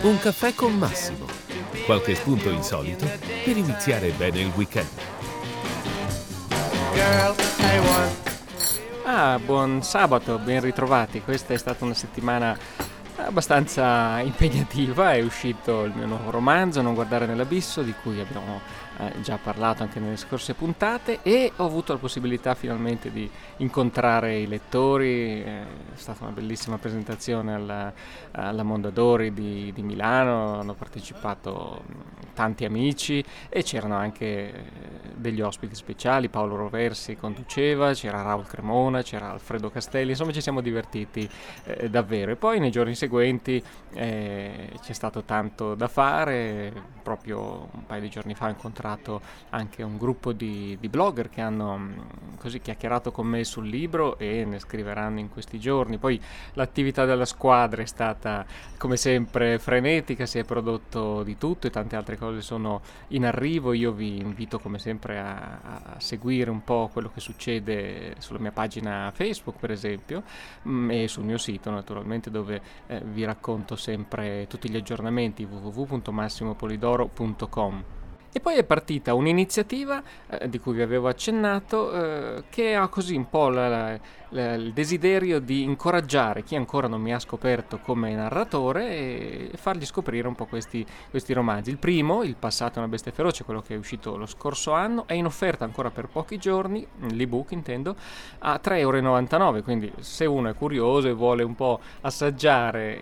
Un caffè con Massimo. Qualche spunto insolito per iniziare bene il weekend. Buon sabato, ben ritrovati. Questa è stata una settimana abbastanza impegnativa. È uscito il mio nuovo romanzo, Non guardare nell'abisso, di cui abbiamo già parlato anche nelle scorse puntate, e ho avuto la possibilità finalmente di incontrare i lettori. È stata una bellissima presentazione alla Mondadori di Milano. Hanno partecipato tanti amici e c'erano anche degli ospiti speciali. Paolo Roversi conduceva, c'era Raul Cremona, c'era Alfredo Castelli, insomma ci siamo divertiti davvero. E poi nei giorni seguenti c'è stato tanto da fare. Proprio un paio di giorni fa ho incontrato anche un gruppo di blogger che hanno così chiacchierato con me sul libro e ne scriveranno in questi giorni. Poi l'attività della squadra è stata come sempre frenetica, si è prodotto di tutto e tante altre cose sono in arrivo. Io vi invito come sempre a seguire un po' quello che succede sulla mia pagina Facebook, per esempio, e sul mio sito naturalmente, dove vi racconto sempre tutti gli aggiornamenti, www.massimopolidoro.com. E poi è partita un'iniziativa di cui vi avevo accennato, che ha così un po' il desiderio di incoraggiare chi ancora non mi ha scoperto come narratore e fargli scoprire un po' questi romanzi. Il primo, Il passato è una bestia feroce, quello che è uscito lo scorso anno, è in offerta ancora per pochi giorni, l'ebook intendo, a 3,99 €, quindi se uno è curioso e vuole un po' assaggiare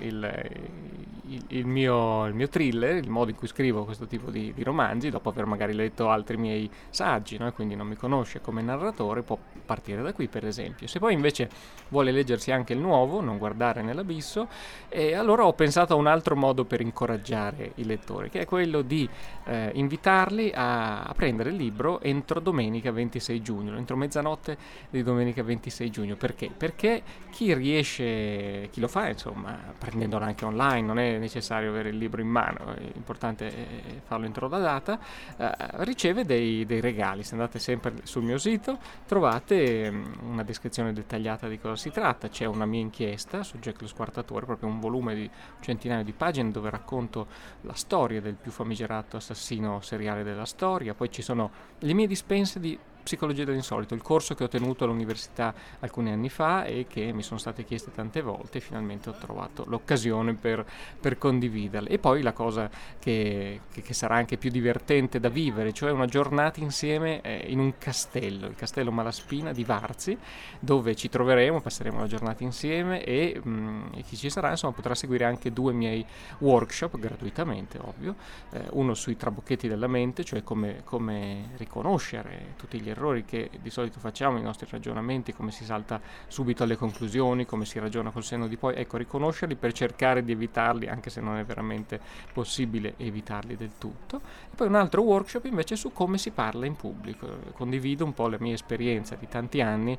il mio thriller, il modo in cui scrivo questo tipo di romanzi, dopo aver magari letto altri miei saggi, no? E quindi non mi conosce come narratore, può partire da qui, per esempio. Se poi invece vuole leggersi anche il nuovo, Non guardare nell'abisso, e allora ho pensato a un altro modo per incoraggiare i lettori, che è quello di invitarli a prendere il libro entro domenica 26 giugno, entro mezzanotte di domenica 26 giugno. Perché? Perché chi riesce, chi lo fa, insomma, prendendolo anche online, non è necessario avere il libro in mano, è importante farlo entro la data, riceve dei regali. Se andate sempre sul mio sito trovate una descrizione dettagliata di cosa si tratta. C'è una mia inchiesta su Jack lo Squartatore, proprio un volume di un centinaio di pagine dove racconto la storia del più famigerato assassino seriale della storia. Poi ci sono le mie dispense di Psicologia dell'insolito, il corso che ho tenuto all'università alcuni anni fa e che mi sono state chieste tante volte, e finalmente ho trovato l'occasione per condividerle. E poi la cosa che sarà anche più divertente da vivere, cioè una giornata insieme in un castello, il castello Malaspina di Varzi, dove ci troveremo, passeremo la giornata insieme e chi ci sarà, insomma, potrà seguire anche 2 miei workshop gratuitamente, ovvio, uno sui trabocchetti della mente, cioè come riconoscere tutti gli errori che di solito facciamo, i nostri ragionamenti, come si salta subito alle conclusioni, come si ragiona col senno di poi, ecco, riconoscerli per cercare di evitarli, anche se non è veramente possibile evitarli del tutto. E poi un altro workshop invece su come si parla in pubblico. Condivido un po' la mia esperienza di tanti anni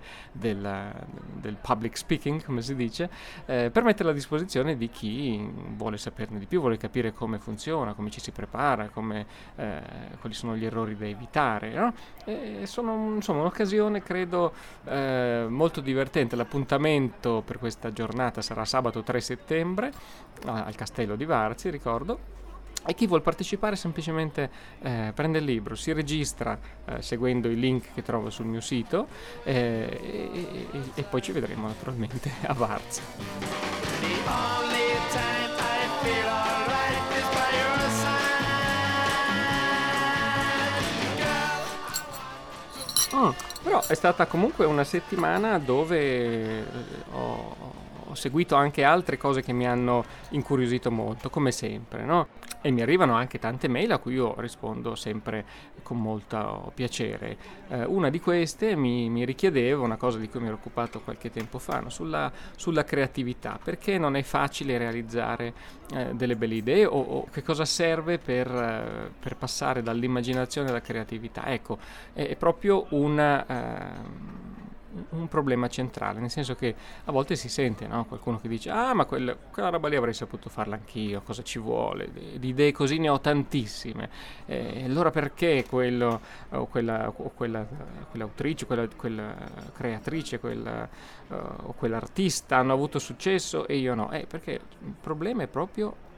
del public speaking, come si dice, per metterla a disposizione di chi vuole saperne di più, vuole capire come funziona, come ci si prepara, quali sono gli errori da evitare, no? Sono insomma un'occasione, credo, molto divertente. L'appuntamento per questa giornata sarà sabato 3 settembre al Castello di Varzi, ricordo. E chi vuol partecipare semplicemente prende il libro, si registra seguendo i link che trovo sul mio sito, e poi ci vedremo naturalmente a Varzi. Però è stata comunque una settimana dove ho seguito anche altre cose che mi hanno incuriosito molto, come sempre, no? E mi arrivano anche tante mail a cui io rispondo sempre con molto piacere. Una di queste mi richiedeva una cosa di cui mi ero occupato qualche tempo fa, no? Sulla creatività. Perché non è facile realizzare delle belle idee, o che cosa serve per passare dall'immaginazione alla creatività? Ecco, è proprio un problema centrale, nel senso che a volte si sente, no? Qualcuno che dice: ma quella roba lì avrei saputo farla anch'io, cosa ci vuole? Di idee così ne ho tantissime, allora perché quello o quell'autrice, quella creatrice, o quell'artista hanno avuto successo e io no? Perché il problema è proprio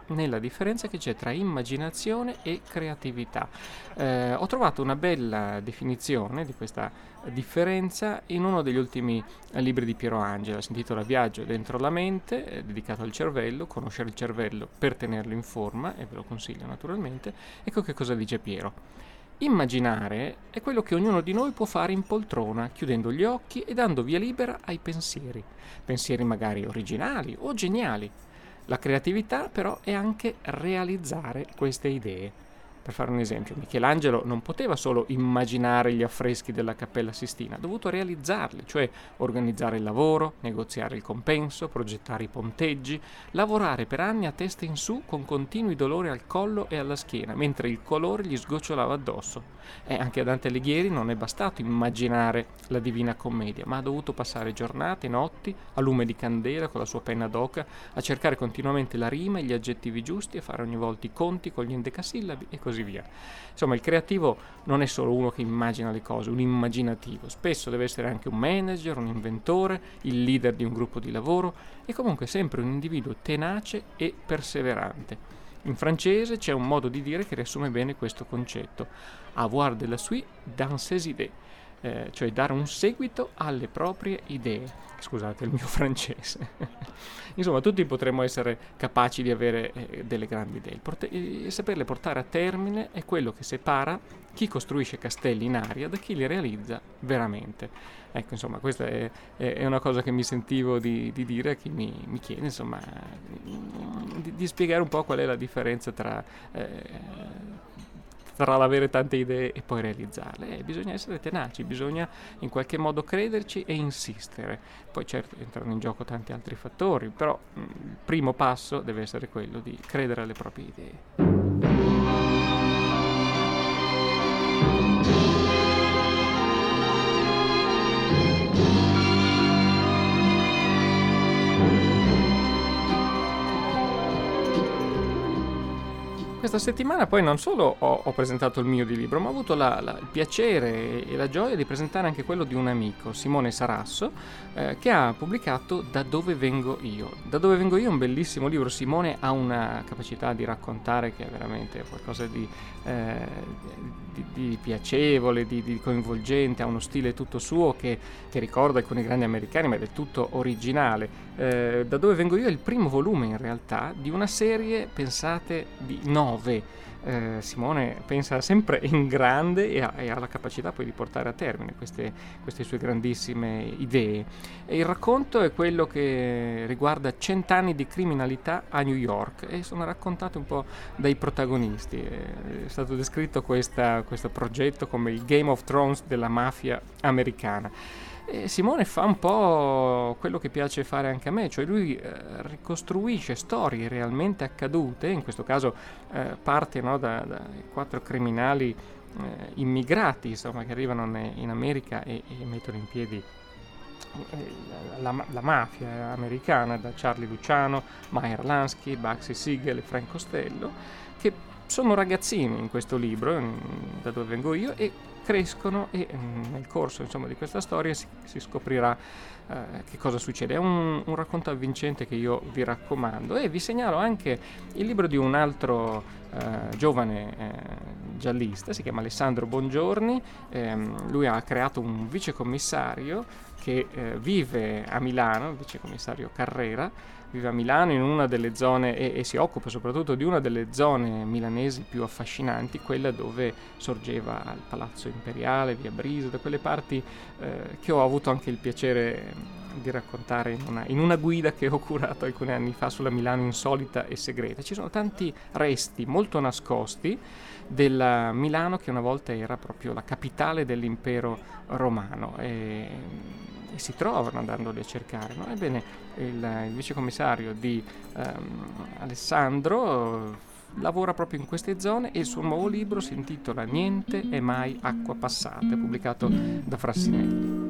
nella differenza che c'è tra immaginazione e creatività. Ho trovato una bella definizione di questa differenza in uno degli ultimi libri di Piero Angela, si intitola Viaggio dentro la mente, dedicato al cervello, conoscere il cervello per tenerlo in forma, e ve lo consiglio naturalmente. Ecco che cosa dice Piero. Immaginare è quello che ognuno di noi può fare in poltrona, chiudendo gli occhi e dando via libera ai pensieri, pensieri magari originali o geniali. La creatività però è anche realizzare queste idee. Per fare un esempio, Michelangelo non poteva solo immaginare gli affreschi della Cappella Sistina, ha dovuto realizzarli, cioè organizzare il lavoro, negoziare il compenso, progettare i ponteggi, lavorare per anni a testa in su con continui dolori al collo e alla schiena, mentre il colore gli sgocciolava addosso. E anche a Dante Alighieri non è bastato immaginare la Divina Commedia, ma ha dovuto passare giornate, notti, a lume di candela con la sua penna d'oca, a cercare continuamente la rima e gli aggettivi giusti, a fare ogni volta i conti con gli endecasillabi e così via. Insomma, il creativo non è solo uno che immagina le cose, un immaginativo. Spesso deve essere anche un manager, un inventore, il leader di un gruppo di lavoro e comunque sempre un individuo tenace e perseverante. In francese c'è un modo di dire che riassume bene questo concetto: avoir de la suite dans ses idées, cioè dare un seguito alle proprie idee. Scusate il mio francese. Insomma, tutti potremmo essere capaci di avere delle grandi idee. Saperle portare a termine è quello che separa chi costruisce castelli in aria da chi li realizza veramente. Ecco, insomma, questa è una cosa che mi sentivo di dire a chi mi chiede, insomma, di spiegare un po' qual è la differenza tra l'avere tante idee e poi realizzarle. Bisogna essere tenaci, bisogna in qualche modo crederci e insistere. Poi certo entrano in gioco tanti altri fattori, però il primo passo deve essere quello di credere alle proprie idee. Questa settimana poi non solo ho presentato il mio di libro, ma ho avuto il piacere e la gioia di presentare anche quello di un amico, Simone Sarasso, che ha pubblicato Da dove vengo io. Da dove vengo io è un bellissimo libro. Simone ha una capacità di raccontare che è veramente qualcosa di piacevole, di coinvolgente, ha uno stile tutto suo che ricorda alcuni grandi americani, ma è del tutto originale. Da dove vengo io è il primo volume in realtà di una serie, pensate, di 9. Simone pensa sempre in grande e ha la capacità poi di portare a termine queste sue grandissime idee. E il racconto è quello che riguarda 100 anni di criminalità a New York e sono raccontate un po' dai protagonisti. È stato descritto questo progetto come il Game of Thrones della mafia americana. E Simone fa un po' quello che piace fare anche a me, cioè lui ricostruisce storie realmente accadute, in questo caso parte da 4 criminali immigrati, insomma, che arrivano in America e mettono in piedi la mafia americana, da Charlie Luciano, Meyer Lansky, Bugsy Siegel e Frank Costello, che sono ragazzini in questo libro, Da dove vengo io, e crescono e nel corso, insomma, di questa storia si scoprirà che cosa succede. È un racconto avvincente che io vi raccomando, e vi segnalo anche il libro di un altro giovane giallista, si chiama Alessandro Bongiorni. Lui ha creato un vicecommissario che vive a Milano, il vicecommissario Carrera, vive a Milano in una delle zone e si occupa soprattutto di una delle zone milanesi più affascinanti, quella dove sorgeva il Palazzo Imperiale, via Brisa, da quelle parti che ho avuto anche il piacere di raccontare in una guida che ho curato alcuni anni fa sulla Milano insolita e segreta. Ci sono tanti resti molto nascosti della Milano che una volta era proprio la capitale dell'impero romano e si trovano andandoli a cercare, no? Ebbene, il vicecommissario di Alessandro lavora proprio in queste zone e il suo nuovo libro si intitola Niente è mai acqua passata, pubblicato da Frassinelli.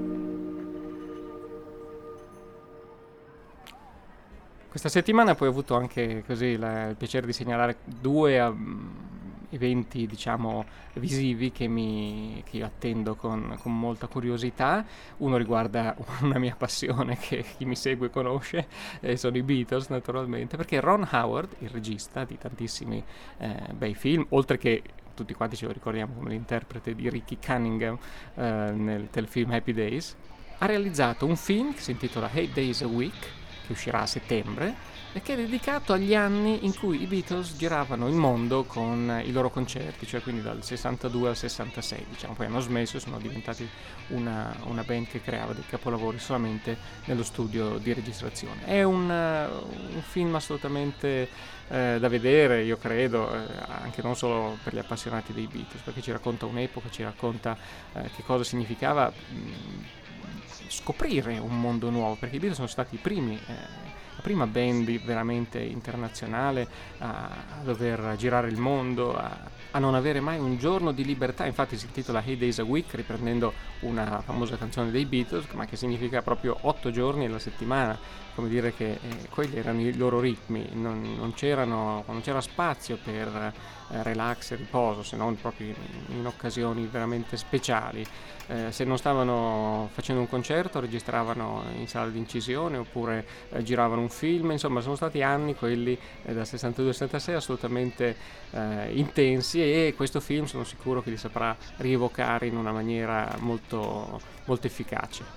Questa settimana poi ho avuto anche così il piacere di segnalare 2 eventi, diciamo, visivi che io attendo con molta curiosità. Uno riguarda una mia passione che chi mi segue conosce, sono i Beatles naturalmente, perché Ron Howard, il regista di tantissimi bei film, oltre che tutti quanti ce lo ricordiamo come l'interprete di Ricky Cunningham nel telefilm Happy Days, ha realizzato un film che si intitola 8 Days a Week, che uscirà a settembre, e che è dedicato agli anni in cui i Beatles giravano il mondo con i loro concerti, cioè quindi dal 62 al 66, diciamo. Poi hanno smesso e sono diventati una band che creava dei capolavori solamente nello studio di registrazione. È un film assolutamente da vedere, io credo, anche non solo per gli appassionati dei Beatles, perché ci racconta un'epoca, ci racconta che cosa significava scoprire un mondo nuovo, perché i Beatles sono stati i primi, la prima band veramente internazionale a dover girare il mondo, a non avere mai un giorno di libertà. Infatti si intitola 8 Days a Week, riprendendo una famosa canzone dei Beatles, ma che significa proprio 8 giorni alla settimana, come dire che quelli erano i loro ritmi, non c'era spazio per relax e riposo, se non proprio in occasioni veramente speciali. Se non stavano facendo un concerto, registravano in sala di incisione oppure giravano un film. Insomma, sono stati anni quelli dal 62 al 66 assolutamente intensi, e questo film sono sicuro che li saprà rievocare in una maniera molto, molto efficace.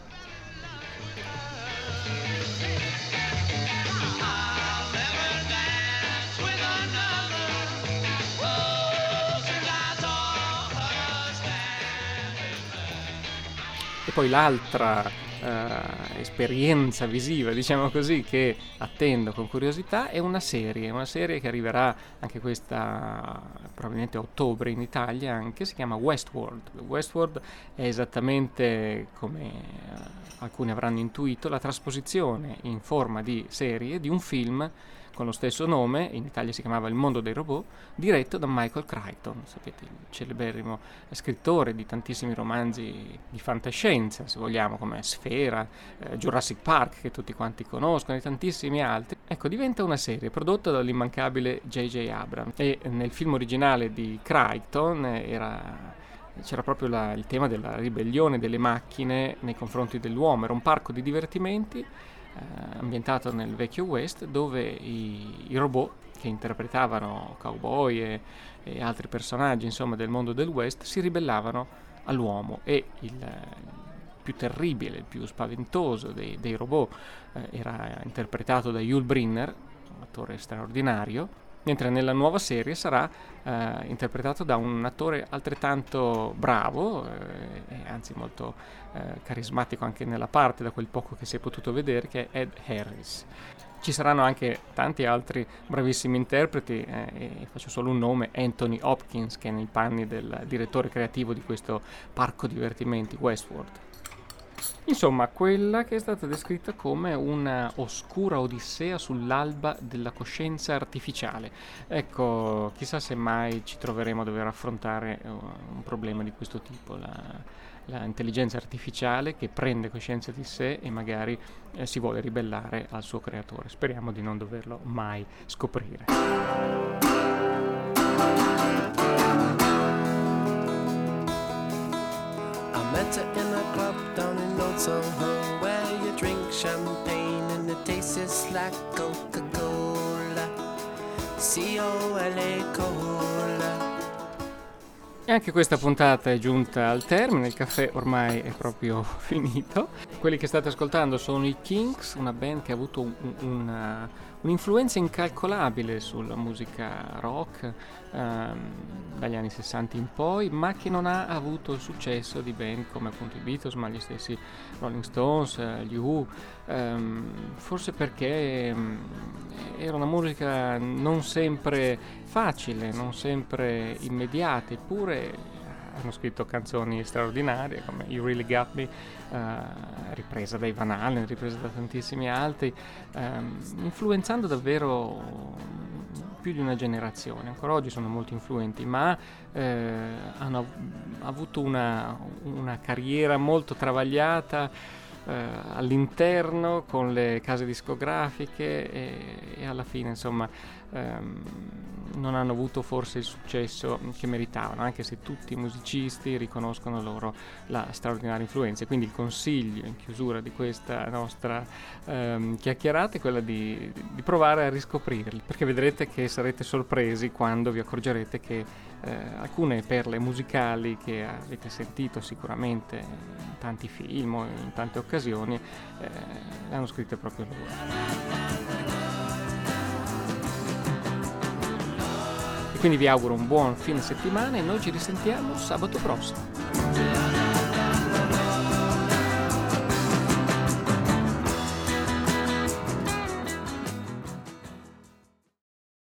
E poi l'altra esperienza visiva, diciamo così, che attendo con curiosità è una serie che arriverà anche questa probabilmente a ottobre in Italia, anche si chiama Westworld. Westworld è esattamente, come alcuni avranno intuito, la trasposizione in forma di serie di un film con lo stesso nome, in Italia si chiamava Il mondo dei robot, diretto da Michael Crichton, sapete, il celeberrimo scrittore di tantissimi romanzi di fantascienza, se vogliamo, come Sfera, Jurassic Park, che tutti quanti conoscono, e tantissimi altri. Ecco, diventa una serie prodotta dall'immancabile J.J. Abrams, e nel film originale di Crichton c'era proprio il tema della ribellione delle macchine nei confronti dell'uomo. Era un parco di divertimenti ambientato nel vecchio West, dove i robot che interpretavano cowboy e altri personaggi, insomma, del mondo del West, si ribellavano all'uomo, e il più terribile, il più spaventoso dei robot era interpretato da Yul Brynner, un attore straordinario, mentre nella nuova serie sarà interpretato da un attore altrettanto bravo, e anzi molto carismatico anche nella parte, da quel poco che si è potuto vedere, che è Ed Harris. Ci saranno anche tanti altri bravissimi interpreti, e faccio solo un nome: Anthony Hopkins, che è nei panni del direttore creativo di questo parco divertimenti Westworld. Insomma, quella che è stata descritta come una oscura odissea sull'alba della coscienza artificiale. Ecco, chissà se mai ci troveremo a dover affrontare un problema di questo tipo, la intelligenza artificiale che prende coscienza di sé e magari si vuole ribellare al suo creatore. Speriamo di non doverlo mai scoprire. Met her in a club down in Old Soho, where you drink champagne and it tastes like Coca-Cola, C-O-L-A Cola. E anche questa puntata è giunta al termine, il caffè ormai è proprio finito. Quelli che state ascoltando sono i Kinks, una band che ha avuto un'influenza incalcolabile sulla musica rock dagli anni 60 in poi, ma che non ha avuto il successo di band come appunto i Beatles, ma gli stessi Rolling Stones, gli Who, forse perché era una musica non sempre facile, non sempre immediata, eppure hanno scritto canzoni straordinarie come You Really Got Me, ripresa dai Van Halen, ripresa da tantissimi altri, influenzando davvero più di una generazione. Ancora oggi sono molto influenti, ma hanno avuto una carriera molto travagliata, all'interno con le case discografiche e alla fine insomma non hanno avuto forse il successo che meritavano, anche se tutti i musicisti riconoscono loro la straordinaria influenza. Quindi il consiglio in chiusura di questa nostra chiacchierata è quella di provare a riscoprirli, perché vedrete che sarete sorpresi quando vi accorgerete che alcune perle musicali che avete sentito sicuramente in tanti film o in tante occasioni le hanno scritte proprio loro. E quindi vi auguro un buon fine settimana e noi ci risentiamo sabato prossimo.